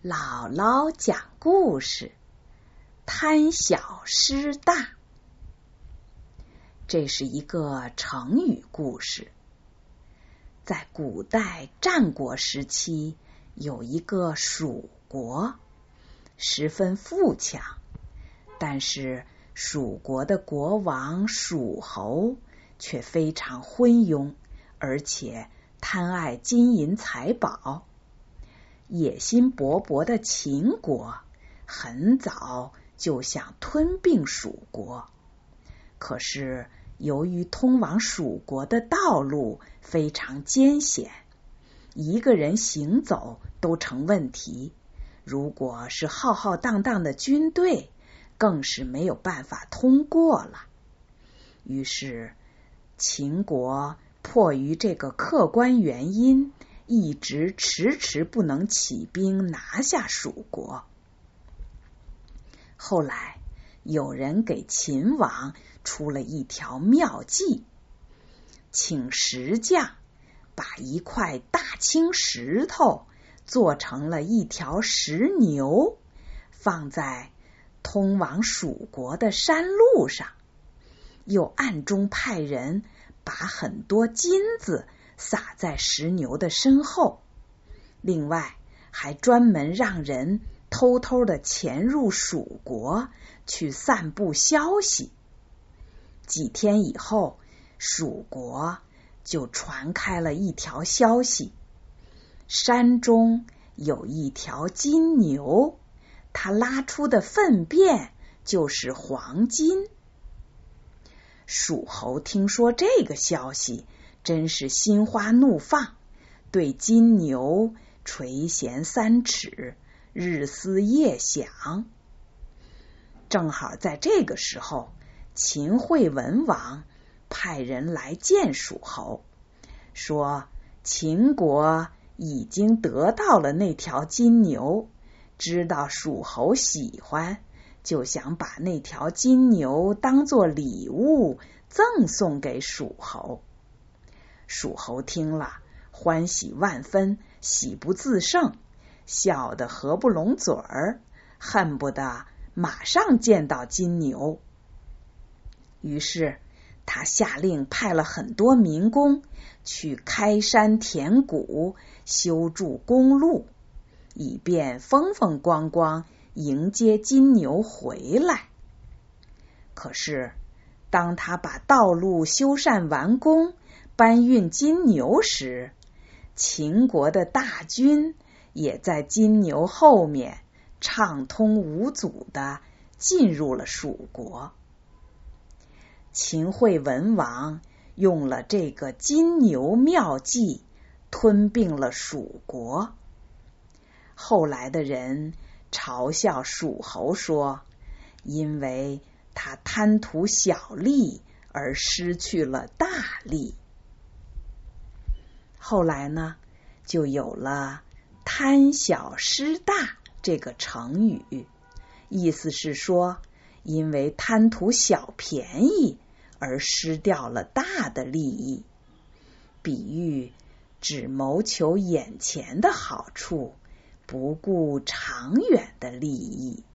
姥姥讲故事，贪小失大。这是一个成语故事。在古代战国时期，有一个蜀国，十分富强，但是蜀国的国王蜀侯却非常昏庸，而且贪爱金银财宝。野心勃勃的秦国很早就想吞并蜀国，可是由于通往蜀国的道路非常艰险，一个人行走都成问题，如果是浩浩荡荡的军队，更是没有办法通过了。于是秦国迫于这个客观原因，一直迟迟不能起兵拿下蜀国。后来有人给秦王出了一条妙计，请石匠把一块大青石头做成了一条石牛，放在通往蜀国的山路上，又暗中派人把很多金子撒在石牛的身后，另外还专门让人偷偷的潜入蜀国去散布消息。几天以后，蜀国就传开了一条消息，山中有一条金牛，它拉出的粪便就是黄金。蜀侯听说这个消息，真是心花怒放，对金牛垂涎三尺，日思夜想。正好在这个时候，秦惠文王派人来见蜀侯，说秦国已经得到了那条金牛，知道蜀侯喜欢，就想把那条金牛当作礼物赠送给蜀侯。蜀侯听了，欢喜万分，喜不自胜，笑得合不拢嘴儿，恨不得马上见到金牛。于是他下令派了很多民工去开山填谷，修筑公路，以便风风光光迎接金牛回来。可是当他把道路修缮完工，搬运金牛时，秦国的大军也在金牛后面畅通无阻地进入了蜀国。秦惠文王用了这个金牛妙计，吞并了蜀国。后来的人嘲笑蜀侯说，因为他贪图小利而失去了大利。后来呢，就有了贪小失大这个成语，意思是说，因为贪图小便宜而失掉了大的利益，比喻只谋求眼前的好处，不顾长远的利益。